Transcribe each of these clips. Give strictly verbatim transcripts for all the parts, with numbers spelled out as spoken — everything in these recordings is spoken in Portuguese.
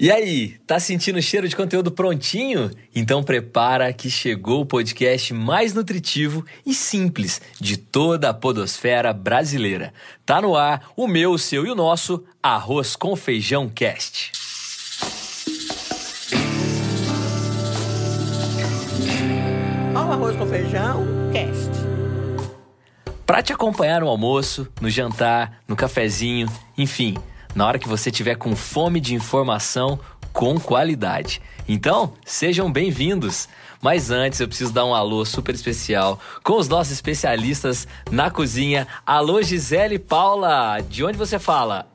E aí, tá sentindo o cheiro de conteúdo prontinho? Então prepara que chegou o podcast mais nutritivo e simples de toda a podosfera brasileira. Tá no ar o meu, o seu e o nosso Arroz com Feijão Cast. Olha o Arroz com Feijão Cast. Pra te acompanhar no almoço, no jantar, no cafezinho, enfim, na hora que você tiver com fome de informação com qualidade. Então, sejam bem-vindos! Mas antes eu preciso dar um alô super especial com os nossos especialistas na cozinha. Alô, Gisele Paula! De onde você fala?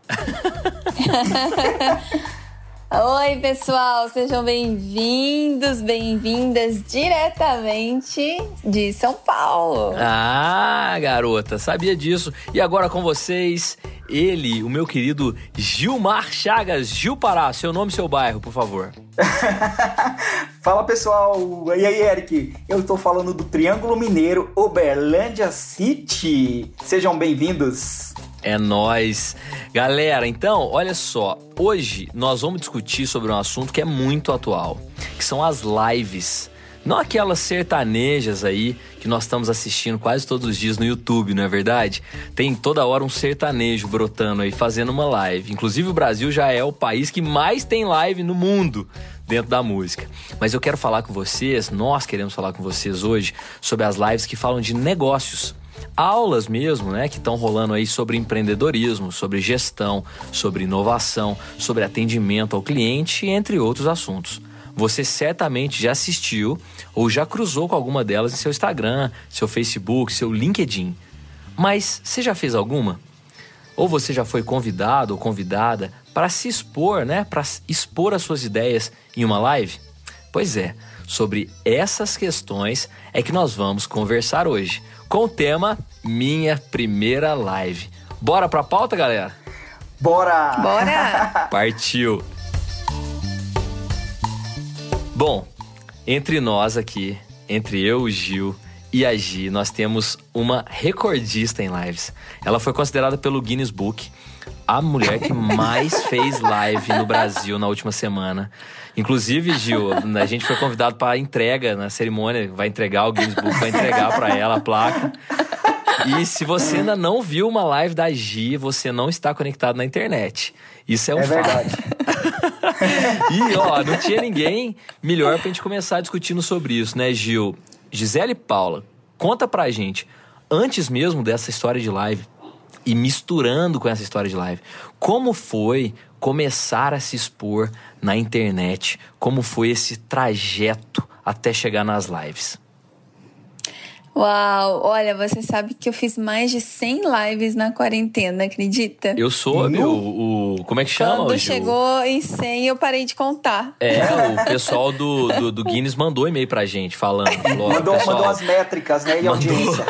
Oi, pessoal! Sejam bem-vindos, bem-vindas diretamente de São Paulo. Ah, garota, sabia disso. E agora com vocês, ele, o meu querido Gilmar Chagas. Gil Pará, seu nome e seu bairro, por favor. Fala, pessoal. E aí, Eric? Eu tô falando do Triângulo Mineiro, Uberlândia City. Sejam bem-vindos. É nóis. Galera, então, olha só. Hoje nós vamos discutir sobre um assunto que é muito atual, que são as lives. Não aquelas sertanejas aí que nós estamos assistindo quase todos os dias no YouTube, não é verdade? Tem toda hora um sertanejo brotando aí, fazendo uma live. Inclusive o Brasil já é o país que mais tem live no mundo dentro da música. Mas eu quero falar com vocês, nós queremos falar com vocês hoje sobre as lives que falam de negócios. Aulas mesmo, né, que estão rolando aí sobre empreendedorismo, sobre gestão, sobre inovação, sobre atendimento ao cliente, entre outros assuntos. Você certamente já assistiu ou já cruzou com alguma delas em seu Instagram, seu Facebook, seu LinkedIn. Mas você já fez alguma? Ou você já foi convidado ou convidada para se expor, né, para expor as suas ideias em uma live? Pois é, sobre essas questões é que nós vamos conversar hoje, com o tema Minha Primeira Live. Bora pra pauta, galera? Bora! Bora! Partiu! Bom, entre nós aqui, entre eu, o Gil e a Gi, nós temos uma recordista em lives. Ela foi considerada pelo Guinness Book a mulher que mais fez live no Brasil na última semana. Inclusive, Gil, a gente foi convidado para entrega na cerimônia, vai entregar, o Guinness Book vai entregar para ela a placa. E se você ainda não viu uma live da Gi, você não está conectado na internet. Isso é um é fato. Verdade. E, ó, não tinha ninguém melhor pra gente começar discutindo sobre isso, né, Gil? Gisele Paula, conta pra gente, antes mesmo dessa história de live, e misturando com essa história de live, como foi começar a se expor na internet? Como foi esse trajeto até chegar nas lives? Uau! Olha, você sabe que eu fiz mais de cem lives na quarentena, acredita? Eu soube, o, o... Como é que chama, Quando Gil? chegou em cem, eu parei de contar. É, o pessoal do, do, do Guinness mandou e-mail pra gente, falando. Falou, mandou, pessoal, mandou as métricas, né? E mandou. audiência.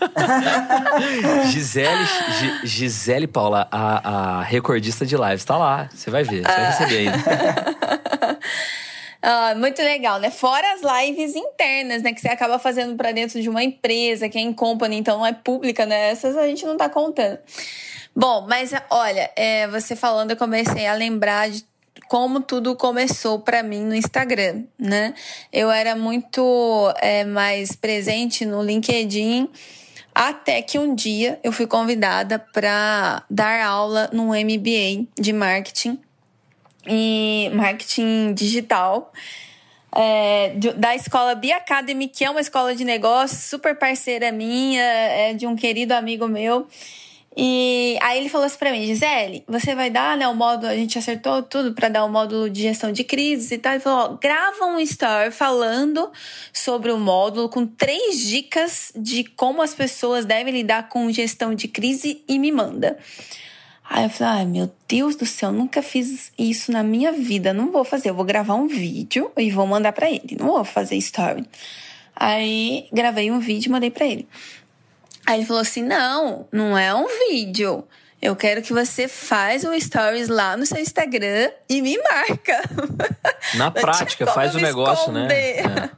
Gisele, G, Gisele Paula, a, a recordista de lives, tá lá. Você vai ver, você vai receber ainda. Ah, muito legal, né? Fora as lives internas, né? Que você acaba fazendo pra dentro de uma empresa, que é in company, então não é pública, né? Essas a gente não tá contando. Bom, mas olha, é, você falando, eu comecei a lembrar de como tudo começou pra mim no Instagram, né? Eu era muito é, mais presente no LinkedIn, até que um dia eu fui convidada para dar aula num M B A de marketing e marketing digital é, da escola B Academy, que é uma escola de negócios super parceira minha, é de um querido amigo meu. E aí ele falou assim pra mim: Gisele, você vai dar, né, o módulo, a gente acertou tudo pra dar o módulo de gestão de crises e tal. Ele falou: ó, grava um story falando sobre o módulo com três dicas de como as pessoas devem lidar com gestão de crise e me manda. Aí eu falei: ai, meu Deus do céu, nunca fiz isso na minha vida, não vou fazer, eu vou gravar um vídeo e vou mandar pra ele, não vou fazer story. Aí gravei um vídeo e mandei pra ele. Aí ele falou assim: não, não é um vídeo, eu quero que você faz um stories lá no seu Instagram e me marca. Na prática, faz o negócio, esconder, né? É.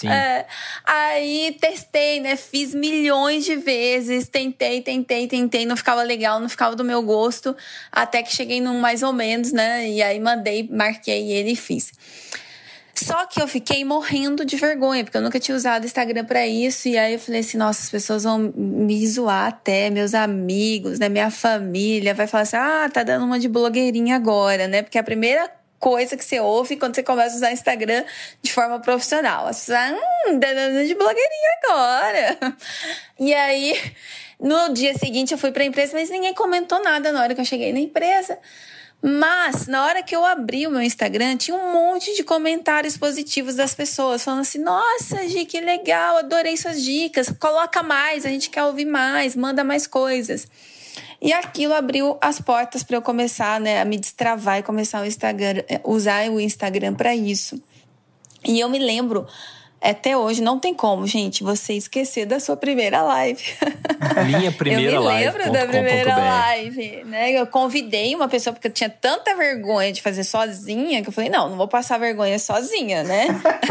Sim. É, aí testei, né? Fiz milhões de vezes, tentei, tentei, tentei, não ficava legal, não ficava do meu gosto, até que cheguei num mais ou menos, né? E aí mandei, marquei ele e fiz. Só que eu fiquei morrendo de vergonha, porque eu nunca tinha usado o Instagram pra isso. E aí eu falei assim, nossa, as pessoas vão me zoar até, meus amigos, né, minha família. Vai falar assim, ah, tá dando uma de blogueirinha agora, né? Porque a primeira coisa que você ouve quando você começa a usar o Instagram de forma profissional. As pessoas, hum, tá dando de blogueirinha agora. E aí, no dia seguinte eu fui pra empresa, mas ninguém comentou nada na hora que eu cheguei na empresa. Mas, na hora que eu abri o meu Instagram, tinha um monte de comentários positivos das pessoas, falando assim, nossa, Gi, que legal, adorei suas dicas, coloca mais, a gente quer ouvir mais, manda mais coisas. E aquilo abriu as portas para eu começar, né, a me destravar e começar o Instagram, usar o Instagram para isso. E eu me lembro, até hoje, não tem como, gente, você esquecer da sua primeira live. Minha primeira live. Eu me lembro da primeira live, né? Eu convidei uma pessoa, porque eu tinha tanta vergonha de fazer sozinha, que eu falei, não, não vou passar vergonha sozinha, né?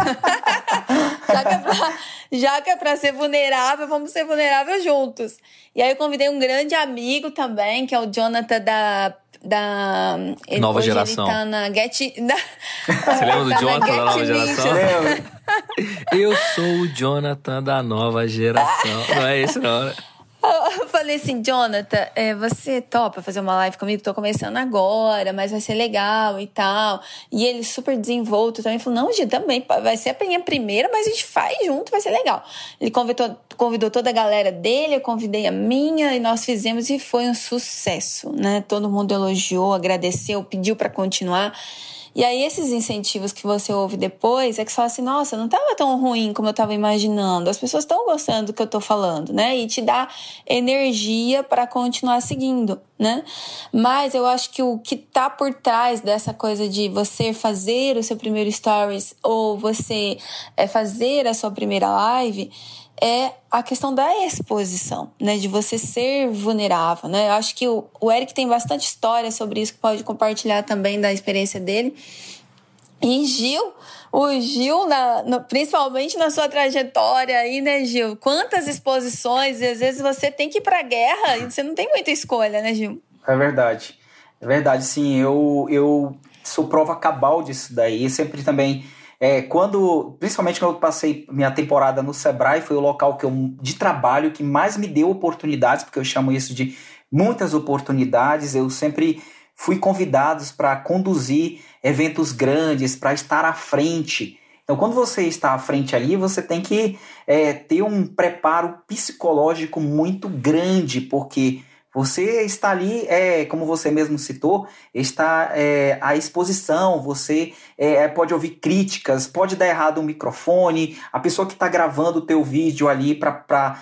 já, que é pra, já que é pra ser vulnerável, vamos ser vulnerável juntos. E aí eu convidei um grande amigo também, que é o Jonathan da... da ele, nova geração. Ele tá na Get... Da, Você lembra do tá Jonathan da nova geração? Lembro. Eu sou o Jonathan da nova geração. Não é esse, não, né? Eu falei assim, Jonathan, é, você topa fazer uma live comigo? Tô começando agora, mas vai ser legal e tal. E ele super desenvolto também falou, não, Gi, também vai ser a minha primeira, mas a gente faz junto, vai ser legal. Ele convidou, convidou toda a galera dele, eu convidei a minha e nós fizemos e foi um sucesso, né? Todo mundo elogiou, agradeceu, pediu pra continuar. E aí esses incentivos que você ouve depois é que você fala assim, nossa, não estava tão ruim como eu estava imaginando, as pessoas estão gostando do que eu estou falando, né? E te dá energia para continuar seguindo, né? Mas eu acho que o que tá por trás dessa coisa de você fazer o seu primeiro stories ou você é, fazer a sua primeira live é a questão da exposição, né? De você ser vulnerável, né? Eu acho que o, o Eric tem bastante história sobre isso, que pode compartilhar também da experiência dele. E Gil, o Gil, na, no, principalmente na sua trajetória aí, né, Gil? Quantas exposições, e às vezes você tem que ir pra guerra e você não tem muita escolha, né, Gil? É verdade. É verdade, sim. Eu, eu sou prova cabal disso daí. Sempre também... É, quando, principalmente quando eu passei minha temporada no Sebrae, foi o local que eu, de trabalho que mais me deu oportunidades, porque eu chamo isso de muitas oportunidades. Eu sempre fui convidado para conduzir eventos grandes, para estar à frente. Então, quando você está à frente ali, você tem que é, ter um preparo psicológico muito grande, porque... Você está ali, é, como você mesmo citou, está é, à exposição, você é, pode ouvir críticas, pode dar errado o microfone, a pessoa que está gravando o teu vídeo ali para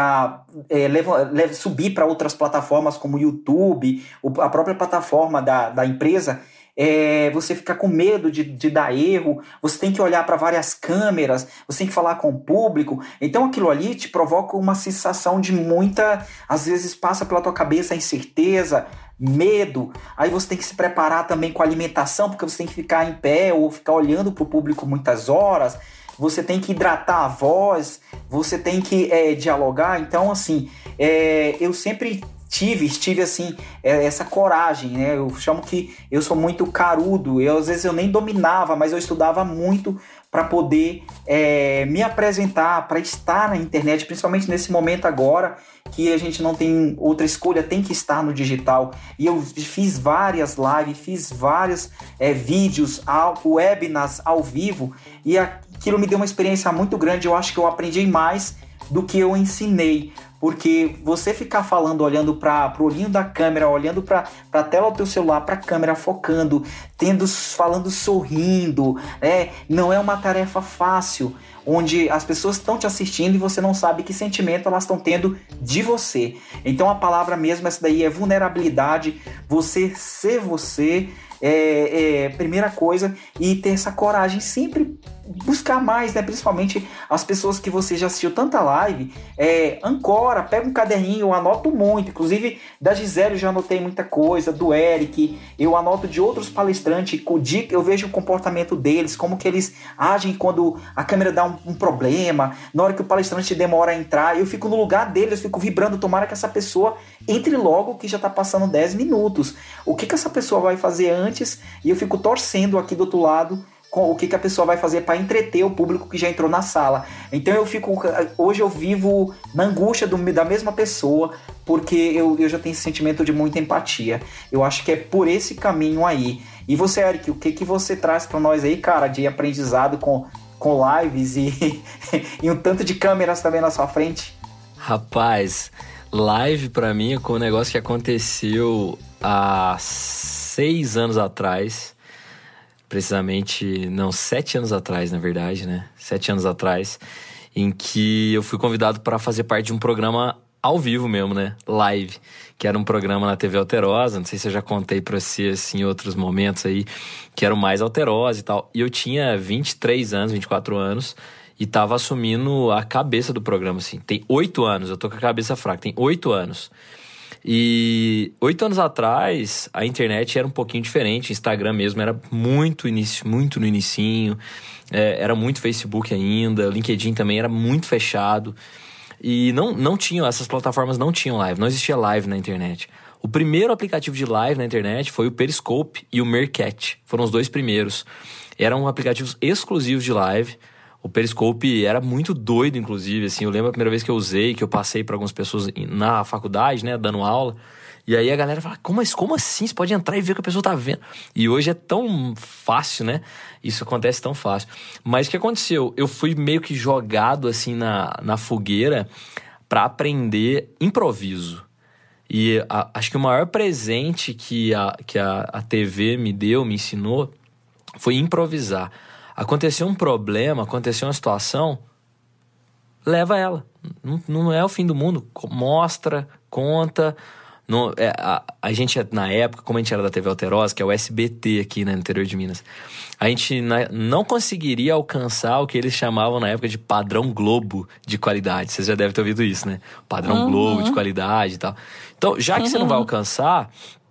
é, subir para outras plataformas como o YouTube, a própria plataforma da, da empresa, é, você fica com medo de, de dar erro, você tem que olhar para várias câmeras, você tem que falar com o público, então aquilo ali te provoca uma sensação de muita, às vezes passa pela tua cabeça a incerteza, medo, aí você tem que se preparar também com a alimentação, porque você tem que ficar em pé ou ficar olhando para o público muitas horas, você tem que hidratar a voz, você tem que é, dialogar, então assim, é, eu sempre... Tive, tive assim, essa coragem, né? Eu chamo que eu sou muito carudo, eu, às vezes eu nem dominava, mas eu estudava muito para poder é, me apresentar, para estar na internet, principalmente nesse momento agora, que a gente não tem outra escolha, tem que estar no digital. E eu fiz várias lives, fiz vários é, vídeos, webinars ao vivo, e aquilo me deu uma experiência muito grande, eu acho que eu aprendi mais do que eu ensinei. Porque você ficar falando, olhando para o olhinho da câmera, olhando para a tela do teu celular, para a câmera, focando, tendo, falando sorrindo, né? Não é uma tarefa fácil, onde as pessoas estão te assistindo e você não sabe que sentimento elas estão tendo de você. Então a palavra mesmo, essa daí é vulnerabilidade, você ser você, é, é primeira coisa, e ter essa coragem sempre buscar mais, né? Principalmente as pessoas que você já assistiu tanta live, é, ancore hora, pego um caderninho, eu anoto muito. Inclusive, da Gisele eu já anotei muita coisa, do Eric, eu anoto de outros palestrantes, eu vejo o comportamento deles, como que eles agem quando a câmera dá um, um problema, na hora que o palestrante demora a entrar, eu fico no lugar deles, eu fico vibrando, tomara que essa pessoa entre logo, que já tá passando dez minutos. O que que essa pessoa vai fazer antes? E eu fico torcendo aqui do outro lado com o que que a pessoa vai fazer para entreter o público que já entrou na sala. Então eu fico, hoje eu vivo na angústia do, da mesma pessoa, porque eu, eu já tenho esse sentimento de muita empatia. Eu acho que é por esse caminho aí. E você, Eric, o que que você traz para nós aí, cara, de aprendizado com, com lives e, e um tanto de câmeras também na sua frente? Rapaz, live pra mim é com um negócio que aconteceu há seis anos atrás. Precisamente, não, sete anos atrás, na verdade, né? Sete anos atrás, em que eu fui convidado para fazer parte de um programa ao vivo mesmo, né? Live, que era um programa na T V Alterosa. Não sei se eu já contei pra você, assim, em outros momentos aí, que era o Mais Alterosa e tal. E eu tinha vinte e três anos, vinte e quatro anos, e tava assumindo a cabeça do programa, assim. Tem oito anos, eu tô com a cabeça fraca, tem oito anos. E oito anos atrás, a internet era um pouquinho diferente, o Instagram mesmo era muito, inicio, muito no inicinho, é, era muito Facebook ainda, o LinkedIn também era muito fechado. E não, não tinham, essas plataformas não tinham live, não existia live na internet. O primeiro aplicativo de live na internet foi o Periscope e o Meerkat, foram os dois primeiros. Eram aplicativos exclusivos de live. O Periscope era muito doido, inclusive, assim, eu lembro a primeira vez que eu usei, que eu passei para algumas pessoas na faculdade, né, dando aula, e aí a galera fala, como, como assim? Você pode entrar e ver o que a pessoa tá vendo. E hoje é tão fácil, né? Isso acontece tão fácil. Mas o que aconteceu? Eu fui meio que jogado, assim, na, na fogueira para aprender improviso. E a, acho que o maior presente que a, que a, a T V me deu, me ensinou, foi improvisar. Aconteceu um problema, aconteceu uma situação, leva ela. Não, não é o fim do mundo. Mostra, conta. Não, é, a, a gente, na época, como a gente era da T V Alterosa, que é o S B T aqui, né, no interior de Minas, a gente na, não conseguiria alcançar o que eles chamavam na época de padrão Globo de qualidade. Vocês já devem ter ouvido isso, né? Padrão uhum. Globo de qualidade e tal. Então, já que uhum. você não vai alcançar,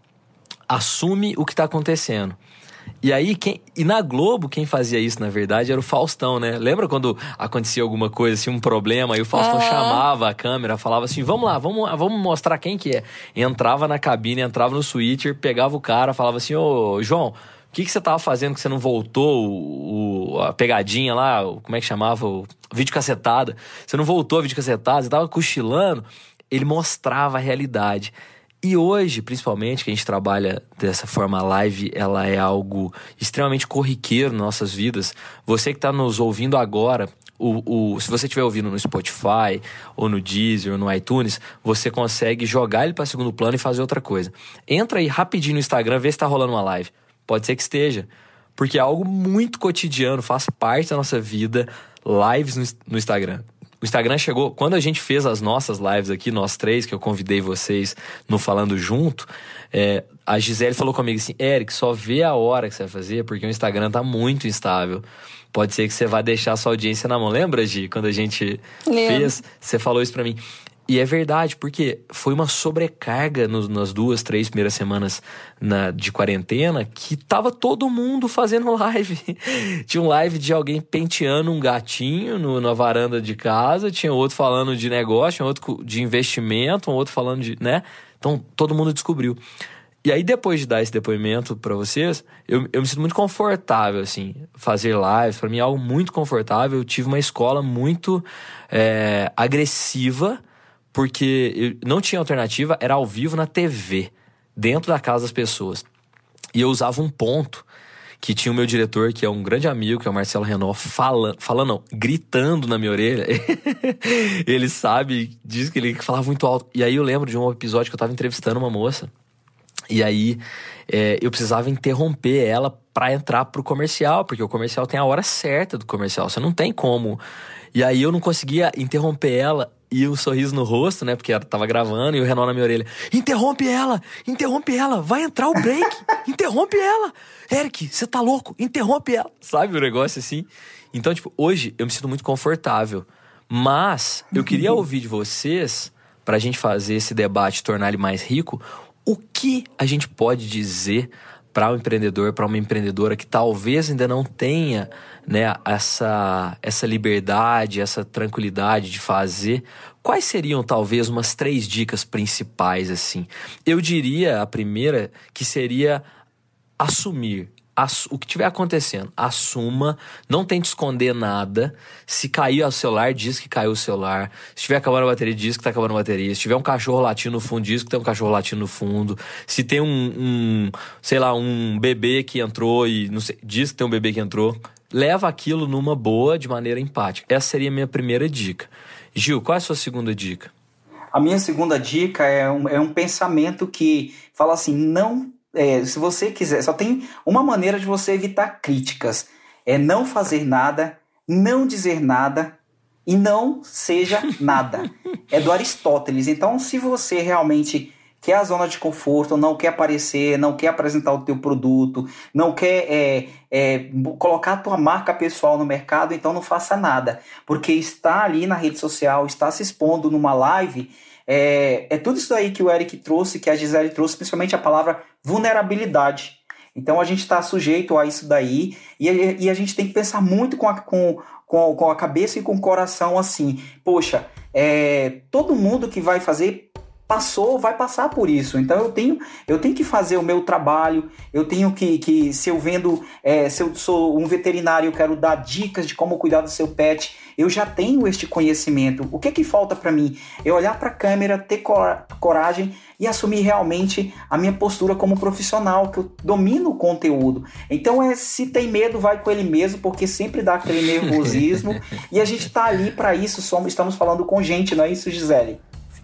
assume o que está acontecendo. E aí, quem, e na Globo, quem fazia isso, na verdade, era o Faustão, né? Lembra quando acontecia alguma coisa, assim, um problema, e o Faustão uhum. chamava a câmera, falava assim, vamos lá, vamos, vamos mostrar quem que é. Entrava na cabine, entrava no switcher, pegava o cara, falava assim, ô, João, o que, que você tava fazendo que você não voltou o, o, a pegadinha lá, o, como é que chamava? O videocassetada. Você não voltou a videocassetada, você tava cochilando. Ele mostrava a realidade. E hoje, principalmente, que a gente trabalha dessa forma live, ela é algo extremamente corriqueiro nas nossas vidas. Você que está nos ouvindo agora, o, o, se você estiver ouvindo no Spotify, ou no Deezer, ou no iTunes, você consegue jogar ele para segundo plano e fazer outra coisa. Entra aí rapidinho no Instagram, vê se está rolando uma live. Pode ser que esteja. Porque é algo muito cotidiano, faz parte da nossa vida, lives no, no Instagram. O Instagram chegou, quando a gente fez as nossas lives aqui, nós três, que eu convidei vocês no Falando Junto, é, a Gisele falou comigo assim, Eric, só vê a hora que você vai fazer, porque o Instagram tá muito instável. Pode ser que você vá deixar a sua audiência na mão. Lembra, Gi, quando a gente Lembra. fez? Você falou isso pra mim. E é verdade, porque foi uma sobrecarga nos, nas duas, três primeiras semanas na, de quarentena, que tava todo mundo fazendo live. Tinha um live de alguém penteando um gatinho no, na varanda de casa, tinha outro falando de negócio, tinha outro de investimento, um outro falando de, né? Então, todo mundo descobriu. E aí, depois de dar esse depoimento pra vocês, eu, eu me sinto muito confortável, assim, fazer lives. Pra mim é algo muito confortável. Eu tive uma escola muito é, agressiva, porque eu não tinha alternativa, era ao vivo na T V, dentro da casa das pessoas. E eu usava um ponto que tinha o meu diretor, que é um grande amigo, que é o Marcelo Renault, falando, falando não, gritando na minha orelha. Ele sabe, diz que ele falava muito alto. E aí eu lembro de um episódio que eu tava entrevistando uma moça, e aí é, eu precisava interromper ela pra entrar pro comercial, porque o comercial tem a hora certa do comercial, você não tem como. E aí eu não conseguia interromper ela, e um sorriso no rosto, né, porque ela tava gravando, e o Renault na minha orelha, interrompe ela, interrompe ela, vai entrar o break, interrompe ela, Eric, você tá louco, interrompe ela, sabe o negócio assim? Então, tipo, hoje eu me sinto muito confortável, mas eu queria ouvir de vocês para a gente fazer esse debate, tornar ele mais rico, o que a gente pode dizer para um empreendedor, para uma empreendedora que talvez ainda não tenha, né, essa, essa liberdade, essa tranquilidade de fazer? Quais seriam talvez umas três dicas principais assim? Eu diria a primeira que seria assumir o que estiver acontecendo, assuma, não tente esconder nada. Se cair o celular, diz que caiu o celular. Se estiver acabando a bateria, diz que está acabando a bateria. Se tiver um cachorro latindo no fundo, diz que tem um cachorro latindo no fundo. Se tem um, um sei lá, um bebê que entrou e não sei, diz que tem um bebê que entrou. Leva aquilo numa boa, de maneira empática. Essa seria a minha primeira dica. Gil, qual é a sua segunda dica? A minha segunda dica é um, é um pensamento que fala assim, não... É, se você quiser, só tem uma maneira de você evitar críticas. É não fazer nada, não dizer nada e não seja nada. É do Aristóteles. Então, se você realmente quer a zona de conforto, não quer aparecer, não quer apresentar o teu produto, não quer é, é, colocar a tua marca pessoal no mercado, então não faça nada. Porque está ali na rede social, está se expondo numa live... É, é tudo isso aí que o Eric trouxe, que a Gisele trouxe, principalmente a palavra vulnerabilidade. Então a gente está sujeito a isso daí e, e a gente tem que pensar muito com a, com, com, com a cabeça e com o coração assim. Poxa, é, todo mundo que vai fazer passou, vai passar por isso. Então eu tenho, eu tenho que fazer o meu trabalho, eu tenho que, que se eu vendo, é, se eu sou um veterinário, eu quero dar dicas de como cuidar do seu pet, eu já tenho este conhecimento. O que que falta para mim? É olhar para a câmera, ter coragem e assumir realmente a minha postura como profissional, que eu domino o conteúdo. Então, é, se tem medo, vai com ele mesmo, porque sempre dá aquele nervosismo e a gente tá ali para isso, somos, estamos falando com gente, não é isso, Gisele?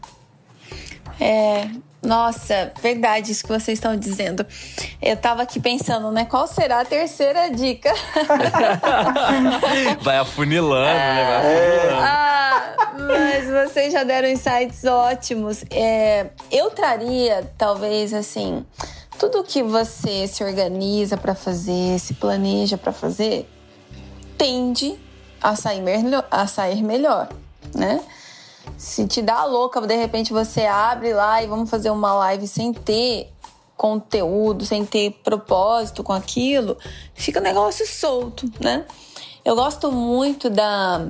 É, nossa, verdade isso que vocês estão dizendo. Eu tava aqui pensando, né? Qual será a terceira dica? Vai afunilando, né? Vai afunilando. Ah, mas vocês já deram insights ótimos. É, eu traria, talvez, assim, tudo que você se organiza pra fazer, se planeja pra fazer, tende a sair melhor, a sair melhor, né? Se te dá a louca, de repente você abre lá e vamos fazer uma live sem ter conteúdo, sem ter propósito com aquilo, fica um negócio solto, né? Eu gosto muito da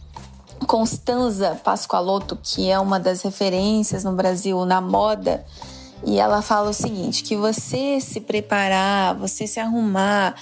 Constanza Pasqualotto, que é uma das referências no Brasil na moda, e ela fala o seguinte, que você se preparar, você se arrumar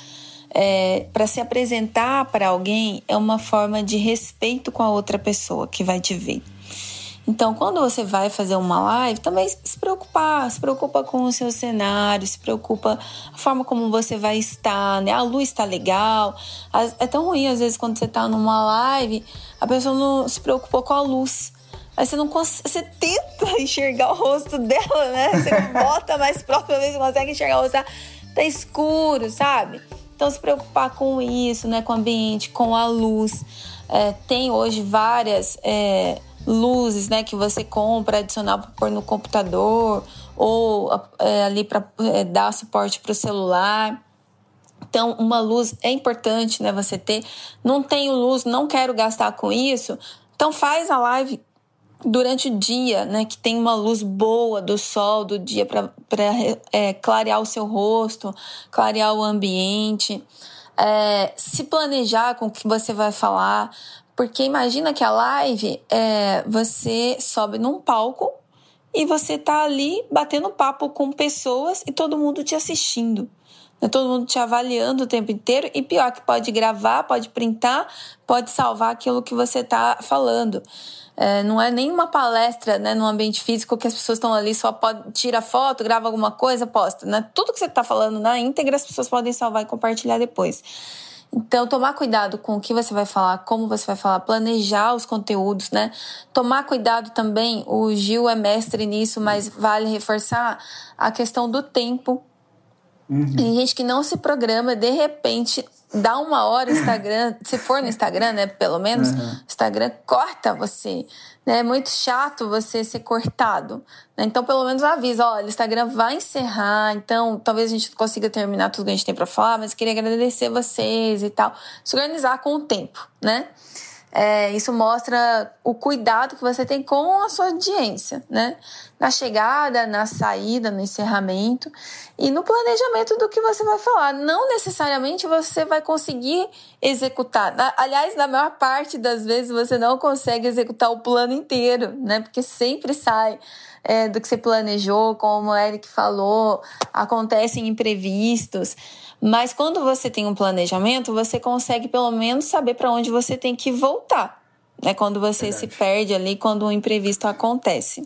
é, para se apresentar para alguém é uma forma de respeito com a outra pessoa que vai te ver. Então, quando você vai fazer uma live, também se preocupar, se preocupa com o seu cenário, se preocupa a forma como você vai estar, né? A luz está legal. É tão ruim, às vezes, quando você está numa live, a pessoa não se preocupou com a luz. Aí você não consegue, você tenta enxergar o rosto dela, né? Você bota mais próximo, às vezes você consegue enxergar o rosto dela. Tá escuro, sabe? Então, se preocupar com isso, né? Com o ambiente, com a luz. É, tem hoje várias... É, luzes, né, que você compra adicional para pôr no computador ou é, ali para é, dar suporte para o celular. Então, uma luz é importante, né, você ter. Não tenho luz, não quero gastar com isso. Então, faz a live durante o dia, né, que tem uma luz boa do sol do dia para é, clarear o seu rosto, clarear o ambiente. É, se planejar com o que você vai falar. Porque imagina que a live, é, você sobe num palco e você tá ali batendo papo com pessoas e todo mundo te assistindo. Né? Todo mundo te avaliando o tempo inteiro. E pior, que pode gravar, pode printar, pode salvar aquilo que você tá falando. É, não é nenhuma palestra, né, no ambiente físico que as pessoas estão ali, só pode, tira foto, grava alguma coisa, posta. Né? Tudo que você tá falando na íntegra, as pessoas podem salvar e compartilhar depois. Então, tomar cuidado com o que você vai falar, como você vai falar, planejar os conteúdos, né? Tomar cuidado também, o Gil é mestre nisso, mas vale reforçar a questão do tempo. Uhum. Tem gente que não se programa, de repente, dá uma hora o Instagram, se for no Instagram, né, pelo menos, o uhum. Instagram corta você. Né? É muito chato você ser cortado. Né? Então, pelo menos avisa, olha, o Instagram vai encerrar, então talvez a gente não consiga terminar tudo que a gente tem pra falar, mas queria agradecer vocês e tal. Se organizar com o tempo, né? É, isso mostra o cuidado que você tem com a sua audiência, né? Na chegada, na saída, no encerramento e no planejamento do que você vai falar. Não necessariamente você vai conseguir executar. Aliás, na maior parte das vezes você não consegue executar o plano inteiro, né? Porque sempre sai é, do que você planejou, como o Eric falou, acontecem imprevistos. Mas quando você tem um planejamento, você consegue pelo menos saber para onde você tem que voltar, né? Quando você Verdade. se perde ali, quando um imprevisto acontece.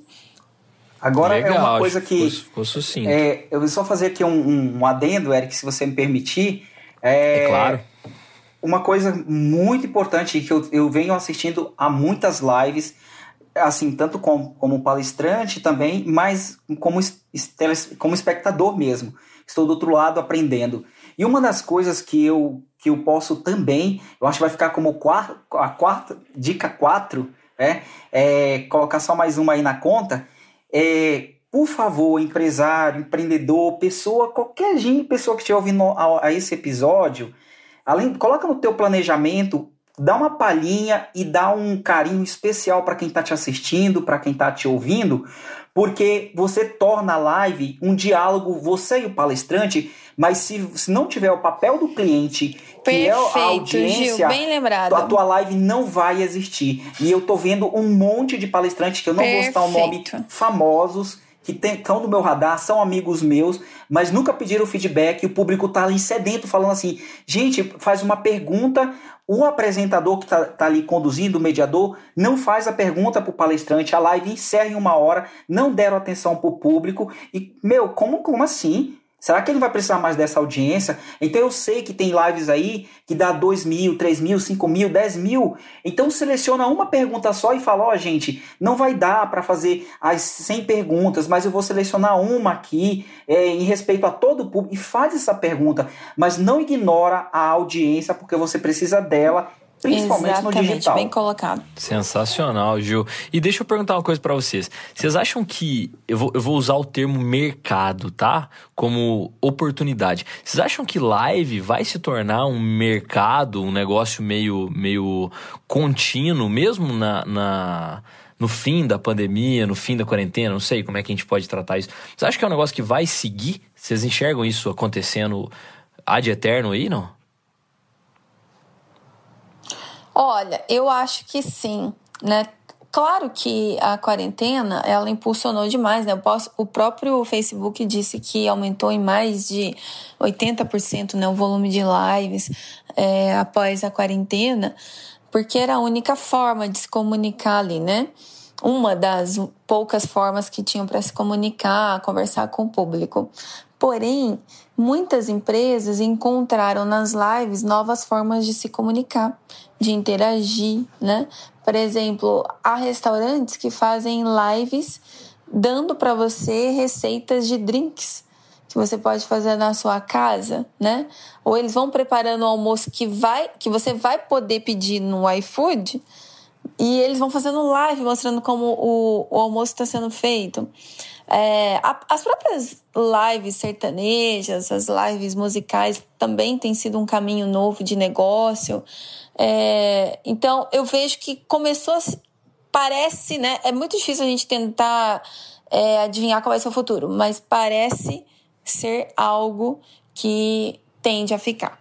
Agora Legal, é uma coisa que... Ficou sucinto. É, eu vou só fazer aqui um, um, um adendo, Eric, se você me permitir. É, é claro. Uma coisa muito importante que eu, eu venho assistindo a muitas lives, assim, tanto como, como palestrante também, mas como, como espectador mesmo. Estou do outro lado aprendendo. E uma das coisas que eu, que eu posso também, eu acho que vai ficar como quarta, a quarta, dica quatro, né? É, colocar só mais uma aí na conta. É, por favor, empresário, empreendedor, pessoa, qualquer gente, pessoa que estiver ouvindo a, a esse episódio, além, coloca no teu planejamento, dá uma palhinha e dá um carinho especial para quem está te assistindo, para quem está te ouvindo, porque você torna a live um diálogo, você e o palestrante, mas se, se não tiver o papel do cliente, que Perfeito, é a audiência, Gil, bem lembrado. a tua live não vai existir. E eu tô vendo um monte de palestrantes, que eu não Perfeito. vou citar o nome, famosos, que tem, estão no meu radar, são amigos meus, mas nunca pediram feedback, e o público tá ali sedento, falando assim, gente, faz uma pergunta, o apresentador que tá, tá ali conduzindo, o mediador, não faz a pergunta pro palestrante, a live encerra em uma hora, não deram atenção pro público, e, meu, como, como assim? Será que ele vai precisar mais dessa audiência? Então eu sei que tem lives aí que dá dois mil, três mil, cinco mil, dez mil. Então seleciona uma pergunta só e fala, ó, oh, gente, não vai dar para fazer as cem perguntas, mas eu vou selecionar uma aqui é, em respeito a todo o público e faz essa pergunta. Mas não ignora a audiência porque você precisa dela, principalmente Exatamente, no digital. Bem colocado. Sensacional, Gil. E deixa eu perguntar uma coisa pra vocês. Vocês acham que... Eu vou, eu vou usar o termo mercado, tá? Como oportunidade. Vocês acham que live vai se tornar um mercado, um negócio meio, meio contínuo, mesmo na... na... no fim da pandemia, no fim da quarentena, não sei como é que a gente pode tratar isso. Vocês acham que é um negócio que vai seguir? Vocês enxergam isso acontecendo ad eterno aí, não? Olha, eu acho que sim, né? Claro que a quarentena, ela impulsionou demais, né? O próprio Facebook disse que aumentou em mais de oitenta por cento, né, o volume de lives é, após a quarentena, porque era a única forma de se comunicar ali, né? Uma das poucas formas que tinham para se comunicar, conversar com o público. Porém, muitas empresas encontraram nas lives novas formas de se comunicar, de interagir, né? Por exemplo, há restaurantes que fazem lives dando para você receitas de drinks que você pode fazer na sua casa, né? Ou eles vão preparando o almoço que, vai, que você vai poder pedir no iFood e eles vão fazendo live mostrando como o, o almoço está sendo feito. É, a, as próprias lives sertanejas, as lives musicais também têm sido um caminho novo de negócio. É, então, eu vejo que começou a... Parece, né? É muito difícil a gente tentar é, adivinhar qual vai ser o futuro, mas parece ser algo que tende a ficar.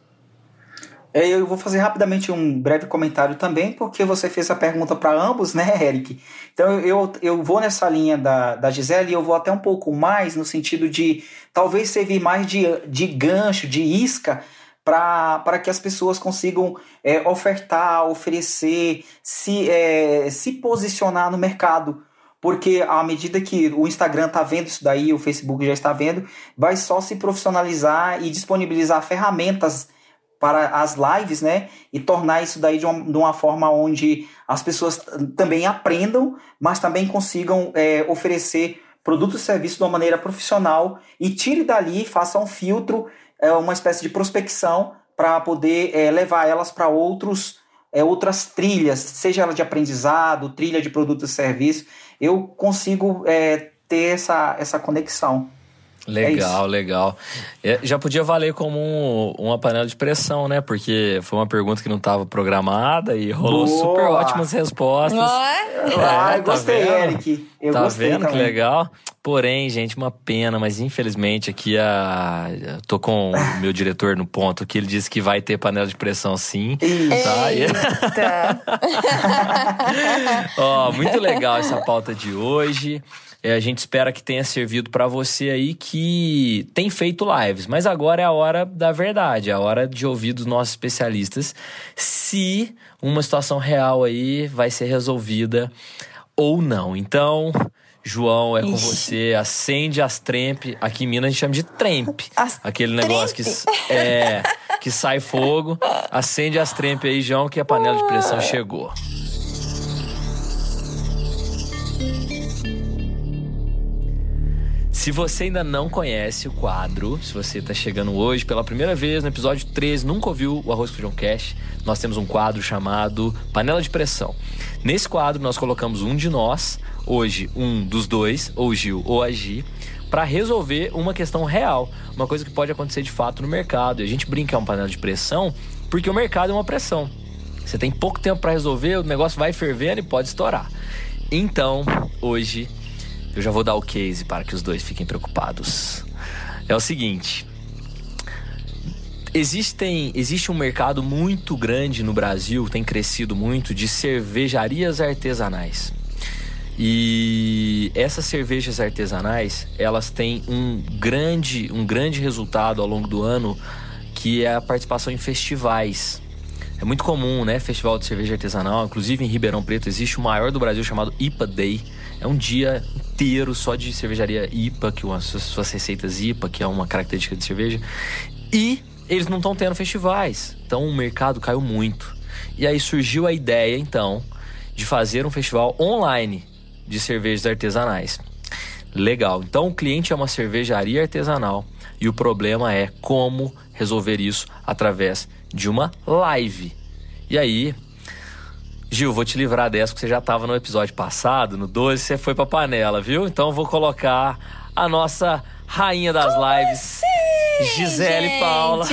Eu vou fazer rapidamente um breve comentário também, porque você fez a pergunta para ambos, né, Eric? Então eu, eu vou nessa linha da, da Gisele e eu vou até um pouco mais no sentido de talvez servir mais de, de gancho, de isca, para que as pessoas consigam é, ofertar, oferecer, se, é, se posicionar no mercado. Porque à medida que o Instagram está vendo isso daí, o Facebook já está vendo, vai só se profissionalizar e disponibilizar ferramentas para as lives, né? E tornar isso daí de uma, de uma forma onde as pessoas também aprendam, mas também consigam é, oferecer produtos e serviços de uma maneira profissional e tire dali, faça um filtro, é, uma espécie de prospecção para poder é, levar elas para outros, é, outras trilhas, seja ela de aprendizado, trilha de produtos e serviços. Eu consigo é, ter essa, essa conexão. Legal, é legal. É, já podia valer como um, uma panela de pressão, né? Porque foi uma pergunta que não estava programada e rolou Boa. super ótimas respostas. É, ah, eu tá gostei, vendo? Eric. Eu tá gostei vendo também. que legal? Porém, gente, uma pena, mas infelizmente aqui a... tô com o meu diretor no ponto que ele disse que vai ter panela de pressão sim. Tá? Eita! Ó, muito legal essa pauta de hoje. É, a gente espera que tenha servido para você aí que tem feito lives. Mas agora é a hora da verdade, é a hora de ouvir dos nossos especialistas se uma situação real aí vai ser resolvida ou não. Então, João, é com Ixi. você. Acende as trempe. Aqui em Minas a gente chama de trempe. As Aquele negócio que, é, que sai fogo. Acende as trempe aí, João, que a panela de pressão chegou. Se você ainda não conhece o quadro, se você está chegando hoje pela primeira vez no episódio treze, nunca ouviu o Arroz com Feijão Cast, nós temos um quadro chamado Panela de Pressão. Nesse quadro nós colocamos um de nós, hoje um dos dois, ou Gil ou a Gi, para resolver uma questão real, uma coisa que pode acontecer de fato no mercado. E a gente brinca que é uma panela de pressão porque o mercado é uma pressão. Você tem pouco tempo para resolver, o negócio vai fervendo e pode estourar. Então, hoje... eu já vou dar o case para que os dois fiquem preocupados. É o seguinte. Existem, existe um mercado muito grande no Brasil, tem crescido muito, de cervejarias artesanais. E essas cervejas artesanais, elas têm um grande, um grande resultado ao longo do ano, que é a participação em festivais. É muito comum, né? Festival de cerveja artesanal. Inclusive em Ribeirão Preto existe o maior do Brasil chamado I P A Day. É um dia inteiro só de cervejaria I P A, que as suas receitas I P A, que é uma característica de cerveja. E eles não estão tendo festivais. Então o mercado caiu muito. E aí surgiu a ideia, então, de fazer um festival online de cervejas artesanais. Legal. Então o cliente é uma cervejaria artesanal e o problema é como resolver isso através de uma live. E aí, Gil, vou te livrar dessa, porque você já estava no episódio passado, no doze, você foi pra panela, viu? Então eu vou colocar a nossa rainha das Como lives, assim, Gisele gente? Paula.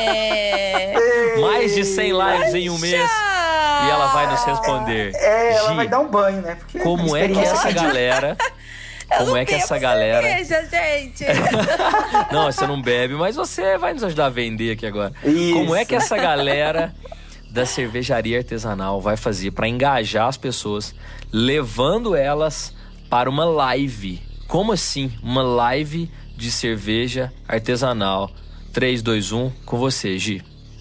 Mais de cem lives em um mês. E ela vai nos responder. É, ela Gi, vai dar um banho, né? Porque como é que essa galera... Eu Como não é que bebo essa galera... cerveja, gente. Não, você não bebe, mas você vai nos ajudar a vender aqui agora. Isso. Como é que essa galera da cervejaria artesanal vai fazer para engajar as pessoas, levando elas para uma live? Como assim? Uma live de cerveja artesanal. três, dois, um, com você, Gi.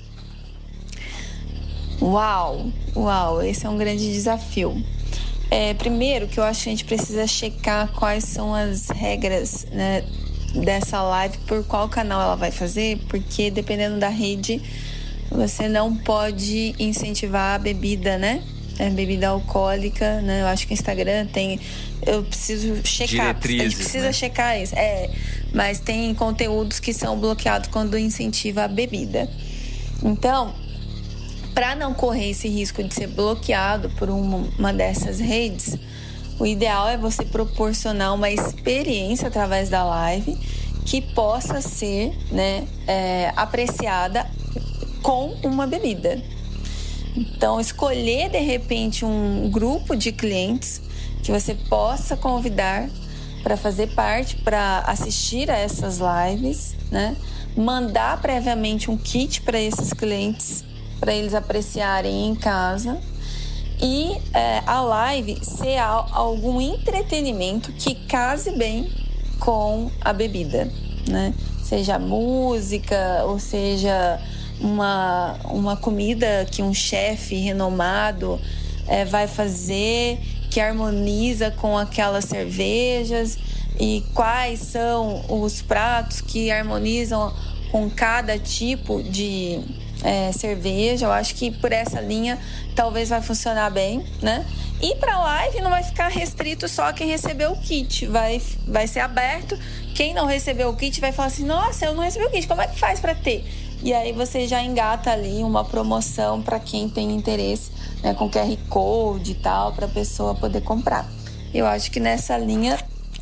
Uau, uau, esse é um grande desafio. É, primeiro que eu acho que a gente precisa checar quais são as regras, né, dessa live, por qual canal ela vai fazer, porque dependendo da rede, você não pode incentivar a bebida, né? É, bebida alcoólica, né? Eu acho que o Instagram tem... Eu preciso checar. Diretrizes, a gente precisa né? checar isso. É, mas tem conteúdos que são bloqueados quando incentiva a bebida. Então... para não correr esse risco de ser bloqueado por uma, uma dessas redes, o ideal é você proporcionar uma experiência através da live que possa ser, né, é, apreciada com uma bebida. Então, escolher de repente um grupo de clientes que você possa convidar para fazer parte, para assistir a essas lives, né? Mandar previamente um kit para esses clientes, para eles apreciarem em casa, e é, a live ser algum entretenimento que case bem com a bebida, né? Seja música, ou seja uma, uma comida que um chefe renomado é, vai fazer, que harmoniza com aquelas cervejas, e quais são os pratos que harmonizam com cada tipo de É, cerveja. Eu acho que por essa linha talvez vai funcionar bem, né? E para live não vai ficar restrito só quem recebeu o kit, vai, vai ser aberto. Quem não recebeu o kit vai falar assim: nossa, eu não recebi o kit, como é que faz para ter? E aí você já engata ali uma promoção para quem tem interesse, né, com Q R Code e tal, para a pessoa poder comprar. Eu acho que nessa linha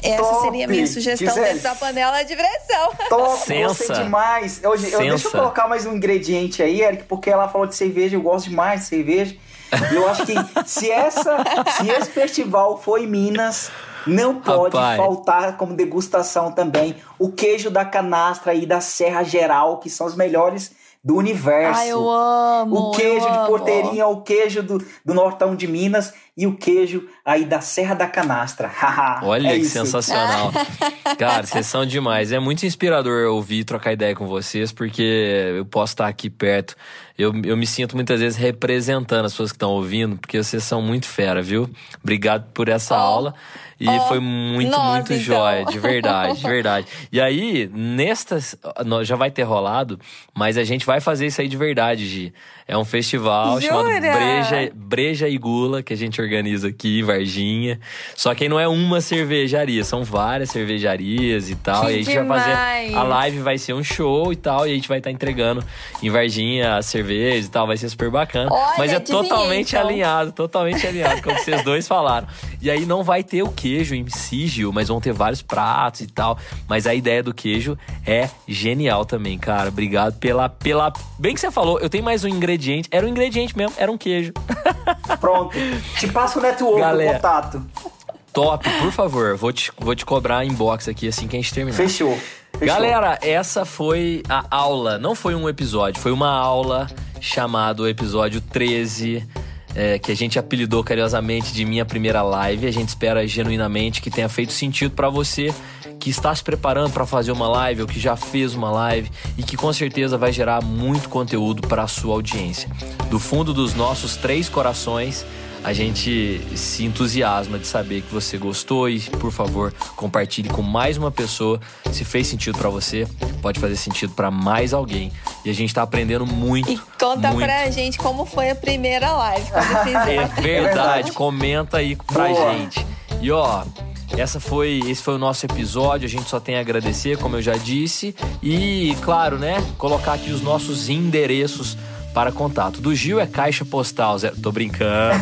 Essa Top. seria a minha sugestão Gisele. dentro da panela de pressão. Top, Sensa. gostei demais. Hoje, eu, deixa eu Sensa. colocar mais um ingrediente aí, Eric, porque ela falou de cerveja, eu gosto demais de cerveja. E eu acho que se, essa, se esse festival for em Minas, não pode Rapaz. faltar como degustação também o queijo da canastra e da Serra Geral, que são os melhores do universo. Ai, eu amo. O queijo eu de amo. Porteirinha, o queijo do, do Nortão de Minas e o queijo aí da Serra da Canastra. Olha é que isso. sensacional. Cara, vocês são demais. É muito inspirador ouvir e trocar ideia com vocês, porque eu posso estar aqui perto. Eu, eu me sinto muitas vezes representando as pessoas que estão ouvindo, porque vocês são muito fera, viu? Obrigado por essa Oh. aula. E Oh. foi muito, Nossa, muito então. jóia, de verdade, de verdade. E aí, nestas, nó- já vai ter rolado, mas a gente vai fazer isso aí de verdade, Gi. É um festival Jura? chamado Breja, Breja e Gula, que a gente organiza aqui em Varginha. Só que aí não é uma cervejaria, são várias cervejarias e tal. Que e a gente vai fazer. demais! A live vai ser um show e tal, e a gente vai estar entregando em Varginha as cervejas e tal, vai ser super bacana. Olha, mas é adivinhei, totalmente então. alinhado, totalmente alinhado com o que vocês dois falaram. E aí não vai ter o queijo em si, Gil, mas vão ter vários pratos e tal. Mas a ideia do queijo é genial também, cara. Obrigado pela, pela... Bem que você falou, eu tenho mais um ingrediente. Era um ingrediente mesmo, era um queijo. Pronto. Te passo o network, Galera. o contato. Top, por favor. Vou te, vou te cobrar inbox aqui assim que a gente terminar. Fechou. Fechou. Galera, essa foi a aula. Não foi um episódio, foi uma aula chamado episódio treze, é, que a gente apelidou carinhosamente de Minha Primeira Live. A gente espera genuinamente que tenha feito sentido pra você que está se preparando pra fazer uma live ou que já fez uma live e que com certeza vai gerar muito conteúdo para a sua audiência. Do fundo dos nossos três corações, a gente se entusiasma de saber que você gostou e, por favor, compartilhe com mais uma pessoa. Se fez sentido pra você, pode fazer sentido pra mais alguém. E a gente tá aprendendo muito, E conta muito. pra gente como foi a primeira live. Quando fizer. É verdade, verdade. comenta aí pra Boa. gente. E ó, essa foi, esse foi o nosso episódio, a gente só tem a agradecer, como eu já disse. E, claro, né, colocar aqui os nossos endereços para contato. Do Gil é caixa postal zero... Tô brincando.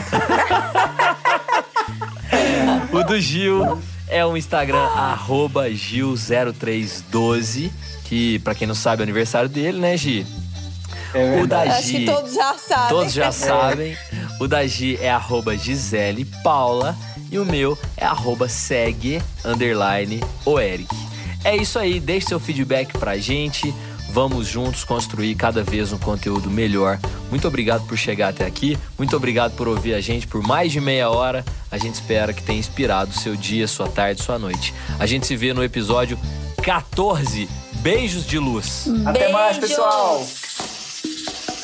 O do Gil é o Instagram, arroba Gil zero três doze, que, pra quem não sabe, é o aniversário dele, né, Gi? É O da Acho que Gi... todos já sabem. Todos já sabem. O da Gi é arroba Gisele Paula. E o meu é arroba segue, underline, o Eric. É isso aí, deixe seu feedback pra gente. Vamos juntos construir cada vez um conteúdo melhor. Muito obrigado por chegar até aqui. Muito obrigado por ouvir a gente por mais de meia hora. A gente espera que tenha inspirado o seu dia, sua tarde, sua noite. A gente se vê no episódio quatorze. Beijos de luz. Até mais, Beijos. pessoal.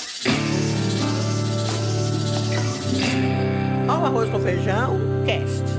Ó, o arroz com feijão, cast.